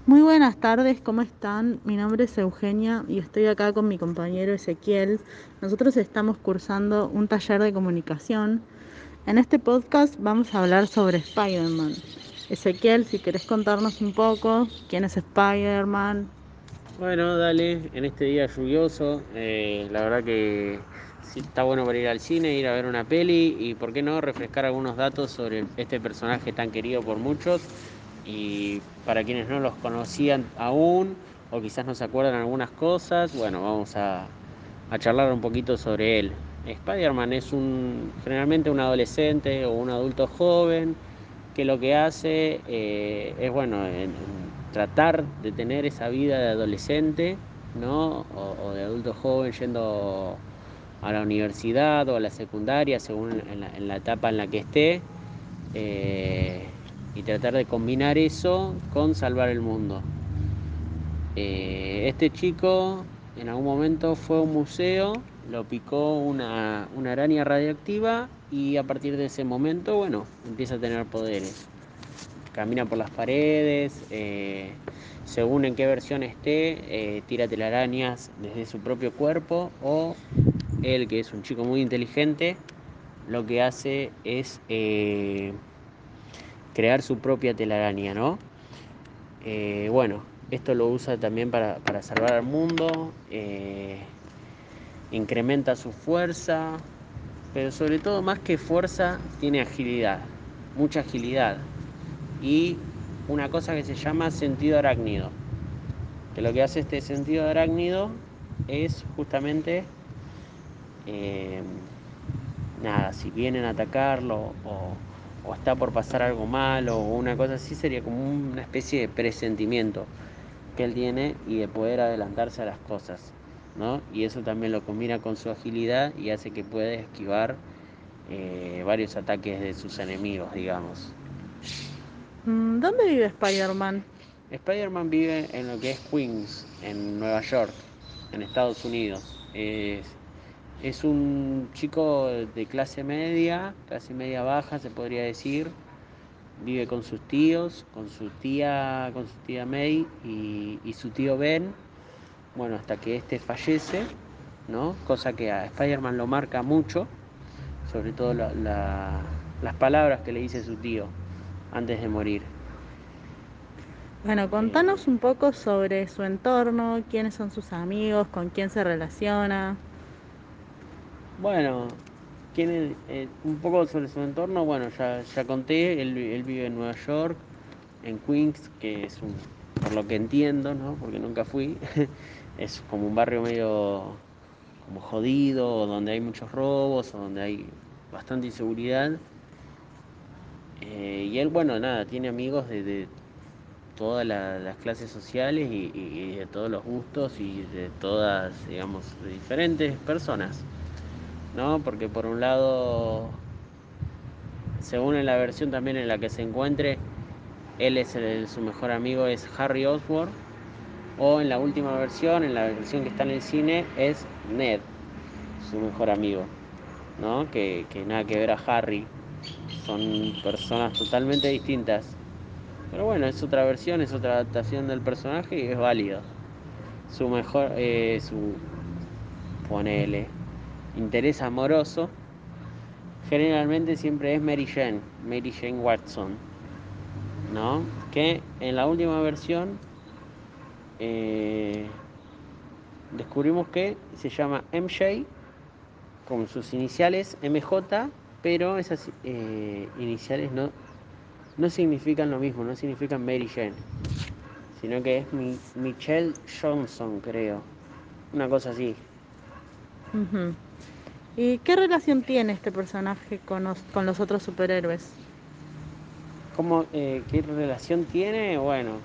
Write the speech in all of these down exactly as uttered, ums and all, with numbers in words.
Muy buenas tardes, ¿cómo están? Mi nombre es Eugenia y estoy acá con mi compañero Ezequiel. Nosotros estamos cursando un taller de comunicación. En este podcast vamos a hablar sobre Spider-Man. Ezequiel, si querés contarnos un poco quién es Spider-Man. Bueno, dale, en este día lluvioso, eh, la verdad que sí, está bueno para ir al cine, ir a ver una peli y, ¿por qué no?, refrescar algunos datos sobre este personaje tan querido por muchos y para quienes no los conocían aún o quizás no se acuerdan algunas cosas, bueno, vamos a, a charlar un poquito sobre él. Spider-Man es un, generalmente un adolescente o un adulto joven que lo que hace eh, es, bueno, en, en tratar de tener esa vida de adolescente, ¿no? O, o de adulto joven yendo a la universidad o a la secundaria, según en la, en la etapa en la que esté, eh, y tratar de combinar eso con salvar el mundo. Eh, este chico en algún momento fue a un museo, lo picó una, una araña radiactiva y a partir de ese momento, bueno, empieza a tener poderes. Camina por las paredes, eh, según en qué versión esté, eh, tira telarañas desde su propio cuerpo o él, que es un chico muy inteligente, lo que hace es eh, crear su propia telaraña, ¿no? Eh, bueno, esto lo usa también para, para salvar al mundo, eh, incrementa su fuerza, pero sobre todo más que fuerza tiene agilidad, mucha agilidad y una cosa que se llama sentido arácnido, que lo que hace este sentido arácnido es justamente eh, nada, si vienen a atacarlo o, o está por pasar algo malo o una cosa así, sería como una especie de presentimiento que él tiene y de poder adelantarse a las cosas, ¿no? Y eso también lo combina con su agilidad y hace que pueda esquivar eh, varios ataques de sus enemigos, digamos. Mm, ¿Dónde vive Spider-Man? Spider-Man vive en lo que es Queens, en Nueva York, en Estados Unidos. Es, es un chico de clase media, clase media baja se podría decir. Vive con sus tíos, con su tía, con su tía May y, y su tío Ben. Bueno, hasta que este fallece, ¿no? Cosa que a Spider-Man lo marca mucho, sobre todo la, la, las palabras que le dice su tío antes de morir. Bueno, Eh, contanos un poco sobre su entorno, quiénes son sus amigos, con quién se relaciona. bueno, tiene eh, un poco sobre su entorno. Bueno, ya, ya conté, él, él vive en Nueva York, en Queens, que es un, por lo que entiendo, ¿no? Porque nunca fui, es como un barrio medio como jodido, donde hay muchos robos, o donde hay bastante inseguridad. Eh, y él, bueno, nada, tiene amigos de, de todas la, las clases sociales y, y, y de todos los gustos y de todas, digamos, de diferentes personas, ¿no? Porque por un lado, según en la versión también en la que se encuentre, él es el, su mejor amigo es Harry Osborn, o en la última versión, en la versión que está en el cine, es Ned, su mejor amigo, ¿no? Que, que nada que ver a Harry, son personas totalmente distintas. Pero bueno, es otra versión, es otra adaptación del personaje y es válido. Su mejor, eh, su, ponele, interés amoroso, generalmente siempre es Mary Jane, Mary Jane Watson, ¿no? Que en la última versión eh, descubrimos que se llama M J, con sus iniciales M J, pero esas eh, iniciales no, no significan lo mismo, no significan Mary Jane, sino que es Mi- Michelle Johnson, creo. Una cosa así. Ujú. ¿Y qué relación tiene este personaje con los, con los otros superhéroes? ¿Cómo, eh, ¿Qué relación tiene? Bueno,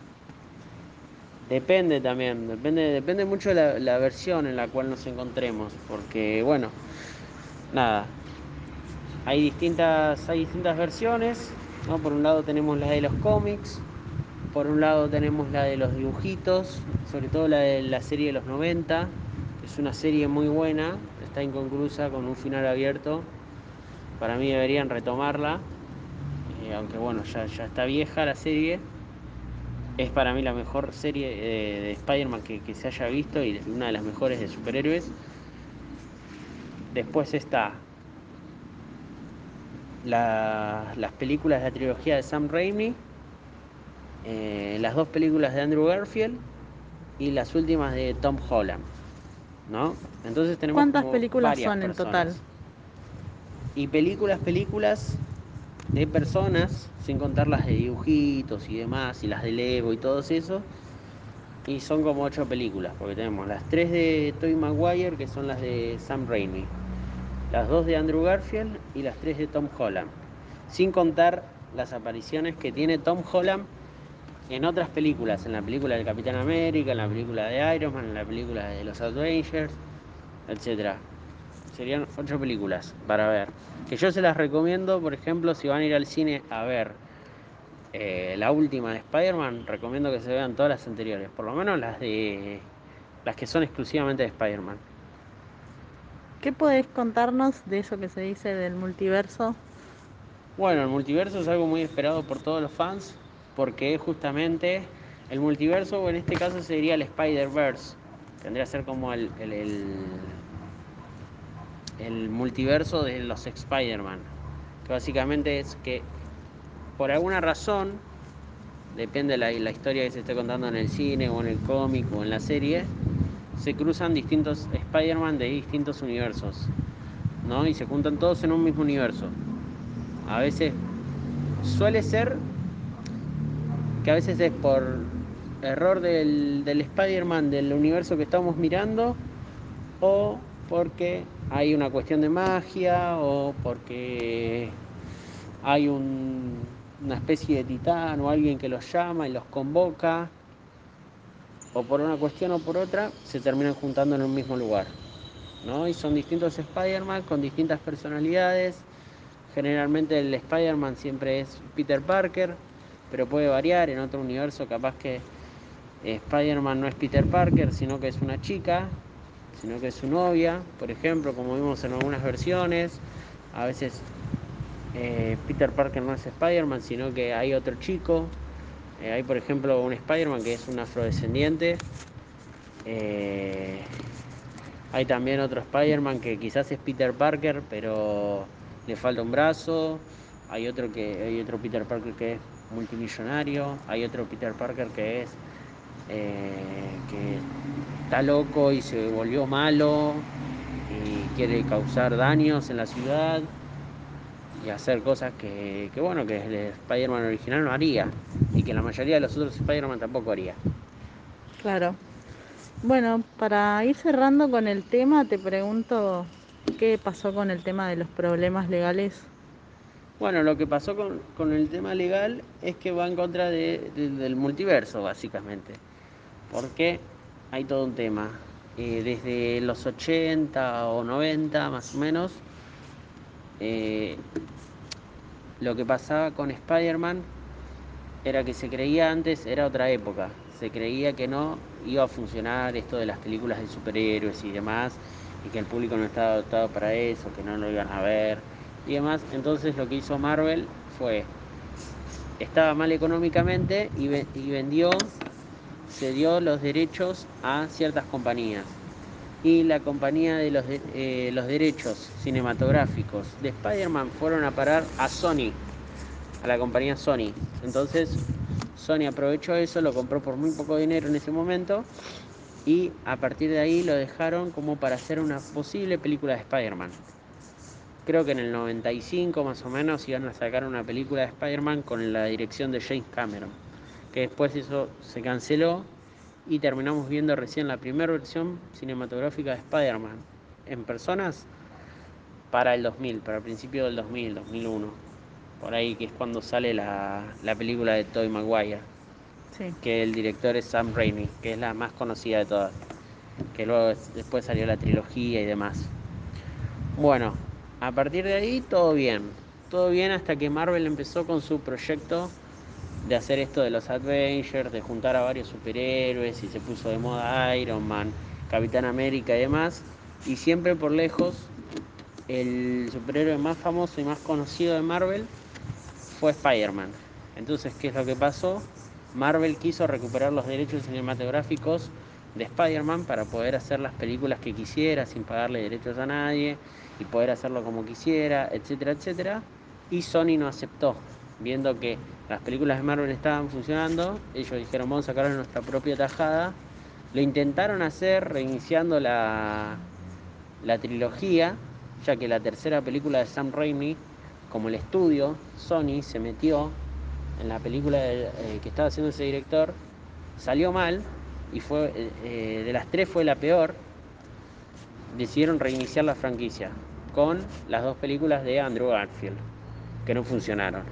depende también, depende, depende mucho de la, la versión en la cual nos encontremos, porque bueno, nada, hay distintas, hay distintas versiones, ¿no? Por un lado tenemos la de los cómics, por un lado tenemos la de los dibujitos, sobre todo la de la serie de los noventa, que es una serie muy buena, está inconclusa con un final abierto, para mí deberían retomarla, eh, aunque bueno, ya, ya está vieja la serie. Es para mí la mejor serie eh, de Spider-Man que, que se haya visto y una de las mejores de superhéroes. Después está la, las películas de la trilogía de Sam Raimi, eh, las dos películas de Andrew Garfield y las últimas de Tom Holland, ¿no? Entonces tenemos ¿Cuántas como películas varias son en total? personas. Y películas, películas de personas, sin contar las de dibujitos y demás, y las de Lego y todo eso. Y son como ocho películas, porque tenemos las tres de Tobey Maguire, que son las de Sam Raimi, las dos de Andrew Garfield y las tres de Tom Holland. Sin contar las apariciones que tiene Tom Holland en otras películas, en la película del Capitán América, en la película de Iron Man, en la película de los Avengers, etcétera. Serían ocho películas para ver. Que yo se las recomiendo, por ejemplo, si van a ir al cine a ver eh, la última de Spider-Man, recomiendo que se vean todas las anteriores, por lo menos las de las que son exclusivamente de Spider-Man. ¿Qué podés contarnos de eso que se dice del multiverso? Bueno, el multiverso es algo muy esperado por todos los fans, porque justamente el multiverso, o en este caso sería el Spider-Verse, tendría que ser como el, el, el, el multiverso de los Spider-Man, que básicamente es que por alguna razón, depende de la, la historia que se esté contando en el cine o en el cómic o en la serie, se cruzan distintos Spider-Man de distintos universos, ¿no? Y se juntan todos en un mismo universo. A veces suele ser que a veces es por error del, del Spider-Man del universo que estamos mirando, o porque hay una cuestión de magia, o porque hay un, una especie de titán o alguien que los llama y los convoca, o por una cuestión o por otra, se terminan juntando en un mismo lugar, ¿no? Y son distintos Spider-Man con distintas personalidades. Generalmente el Spider-Man siempre es Peter Parker, pero puede variar. En otro universo capaz que eh, Spider-Man no es Peter Parker, sino que es una chica, sino que es su novia, por ejemplo, como vimos en algunas versiones. A veces eh, Peter Parker no es Spider-Man, sino que hay otro chico. Eh, hay, por ejemplo, un Spider-Man que es un afrodescendiente. Eh, hay también otro Spider-Man que quizás es Peter Parker, pero le falta un brazo. Hay otro, que, hay otro Peter Parker que es multimillonario. Hay otro Peter Parker que es eh, que está loco y se volvió malo y quiere causar daños en la ciudad y hacer cosas que, que bueno, que el Spider-Man original no haría y que la mayoría de los otros Spider-Man tampoco haría. Claro. Bueno, para ir cerrando con el tema, te pregunto qué pasó con el tema de los problemas legales. Bueno, lo que pasó con, con el tema legal es que va en contra de, de, del multiverso, básicamente, porque hay todo un tema. Eh, desde los ochenta o noventa, más o menos, eh, lo que pasaba con Spider-Man era que se creía antes, era otra época, se creía que no iba a funcionar esto de las películas de superhéroes y demás, y que el público no estaba adaptado para eso, que no lo iban a ver y demás. Entonces lo que hizo Marvel fue, estaba mal económicamente y, ve, y vendió, cedió los derechos a ciertas compañías. Y la compañía de los, de, eh, los derechos cinematográficos de Spider-Man fueron a parar a Sony, a la compañía Sony. Entonces Sony aprovechó eso, lo compró por muy poco dinero en ese momento y a partir de ahí lo dejaron como para hacer una posible película de Spider-Man. Creo que en el noventa y cinco más o menos iban a sacar una película de Spider-Man con la dirección de James Cameron, que después eso se canceló y terminamos viendo recién la primera versión cinematográfica de Spider-Man en personas para el dos mil, para el principio del dos mil, dos mil uno, por ahí, que es cuando sale la, la película de Tobey Maguire, Sí. que el director es Sam Raimi, que es la más conocida de todas, que luego después salió la trilogía y demás. Bueno, a partir de ahí todo bien, todo bien hasta que Marvel empezó con su proyecto de hacer esto de los Avengers, de juntar a varios superhéroes y se puso de moda Iron Man, Capitán América y demás, y siempre por lejos el superhéroe más famoso y más conocido de Marvel fue Spider-Man. Entonces, ¿qué es lo que pasó? Marvel quiso recuperar los derechos cinematográficos de Spider-Man para poder hacer las películas que quisiera sin pagarle derechos a nadie y poder hacerlo como quisiera, etcétera, etcétera. Y Sony no aceptó, viendo que las películas de Marvel estaban funcionando. Ellos dijeron, vamos a sacar nuestra propia tajada. Lo intentaron hacer reiniciando la, la trilogía, ya que la tercera película de Sam Raimi, como el estudio, Sony, se metió en la película de, eh, que estaba haciendo ese director, salió mal, y fue eh, de las tres fue la peor. Decidieron reiniciar la franquicia con las dos películas de Andrew Garfield, que no funcionaron.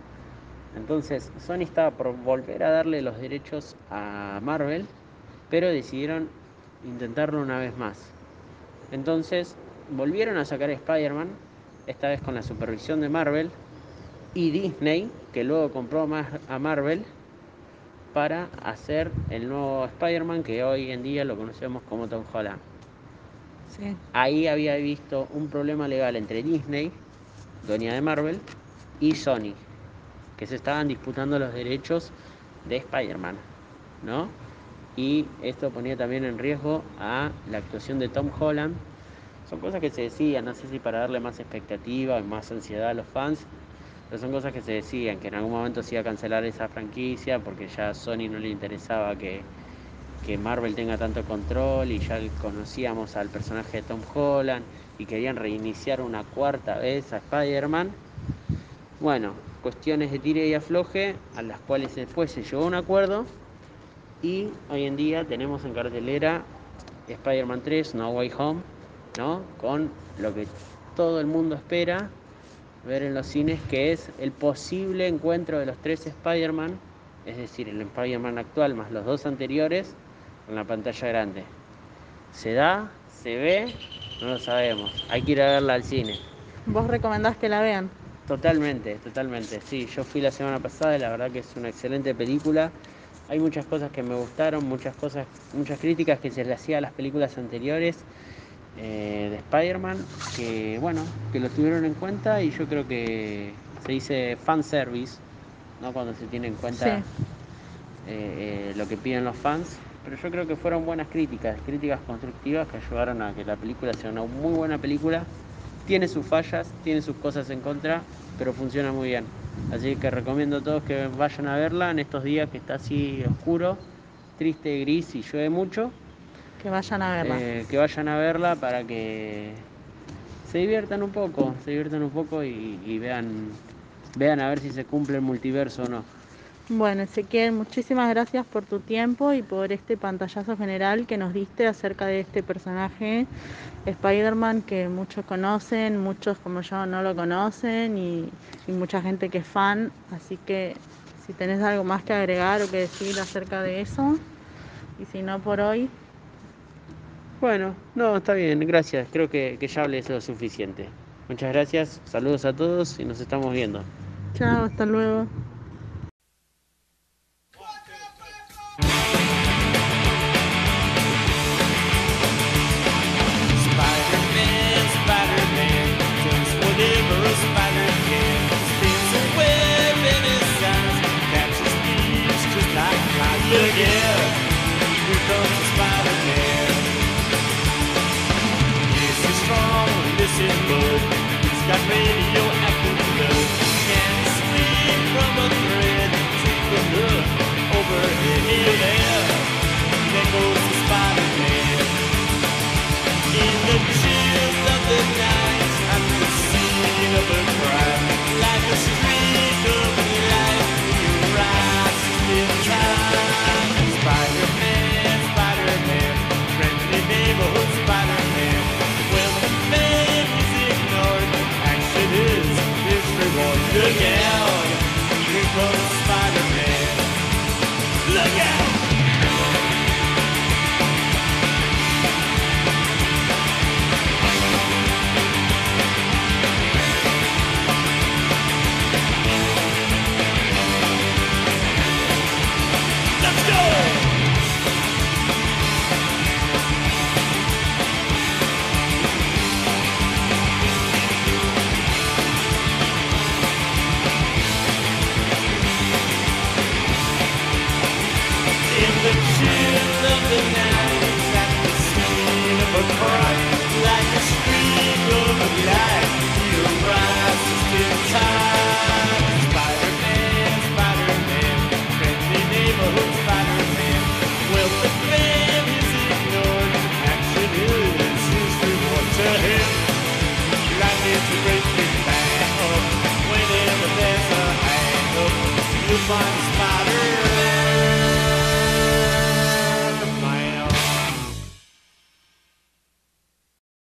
Entonces Sony estaba por volver a darle los derechos a Marvel, pero decidieron intentarlo una vez más. Entonces volvieron a sacar a Spider-Man, esta vez con la supervisión de Marvel y Disney, que luego compró a Marvel para hacer el nuevo Spider-Man, que hoy en día lo conocemos como Tom Holland. Sí. Ahí había visto un problema legal entre Disney, dueña de Marvel, y Sony, que se estaban disputando los derechos de Spider-Man, ¿no? Y esto ponía también en riesgo a la actuación de Tom Holland. Son cosas que se decían, no sé si para darle más expectativa y más ansiedad a los fans, pero son cosas que se decían, que en algún momento se iba a cancelar esa franquicia porque ya a Sony no le interesaba que, que Marvel tenga tanto control, y ya conocíamos al personaje de Tom Holland y querían reiniciar una cuarta vez a Spider-Man. Bueno, cuestiones de tire y afloje, a las cuales después se llegó a un acuerdo, y hoy en día tenemos en cartelera Spider-Man tres, No Way Home, ¿no? Con lo que todo el mundo espera ver en los cines, que es el posible encuentro de los tres Spider-Man, es decir, el Spider-Man actual más los dos anteriores, en la pantalla grande. ¿Se da? ¿Se ve? No lo sabemos. Hay que ir a verla al cine. ¿Vos recomendás que la vean? Totalmente, totalmente. Sí, yo fui la semana pasada y la verdad que es una excelente película. Hay muchas cosas que me gustaron, muchas cosas, muchas críticas que se le hacía a las películas anteriores eh, de Spider-Man, que bueno, que lo tuvieron en cuenta, y yo creo que se dice fanservice, ¿no? Cuando se tiene en cuenta Sí. eh, eh, lo que piden los fans. Pero yo creo que fueron buenas críticas, críticas constructivas que ayudaron a que la película sea una muy buena película. Tiene sus fallas, tiene sus cosas en contra, pero funciona muy bien. Así que recomiendo a todos que vayan a verla en estos días que está así oscuro, triste, gris y llueve mucho. Que vayan a verla. Eh, que vayan a verla para que se diviertan un poco, se diviertan un poco y, y vean, vean a ver si se cumple el multiverso o no. Bueno, Ezequiel, muchísimas gracias por tu tiempo y por este pantallazo general que nos diste acerca de este personaje, Spider-Man, que muchos conocen, muchos como yo no lo conocen, y, y mucha gente que es fan. Así que si tenés algo más que agregar o que decir acerca de eso, y si no por hoy. Bueno, no, está bien, gracias. Creo que, que ya hablé eso lo suficiente. Muchas gracias, saludos a todos y nos estamos viendo. Chao, hasta luego. Spider-Man, Spider-Man, does whatever a spider can. Spins a web in his eyes, catches thieves just like flies. Look out, here comes the Spider-Man. Yes, he's strong, listen, bud. He's got radioactive blood. Can swing from a thread to the hook overhead. Here, there, there goes the Spider-Man. In the chills of the night, at the scene of a crime, like a streak of light, we rise in time. Spider-Man, Spider-Man, friendly neighborhood Spider-Man. When the man is ignored, action is his reward. Look out, here comes Spider-Man. Look out! Let's go! finds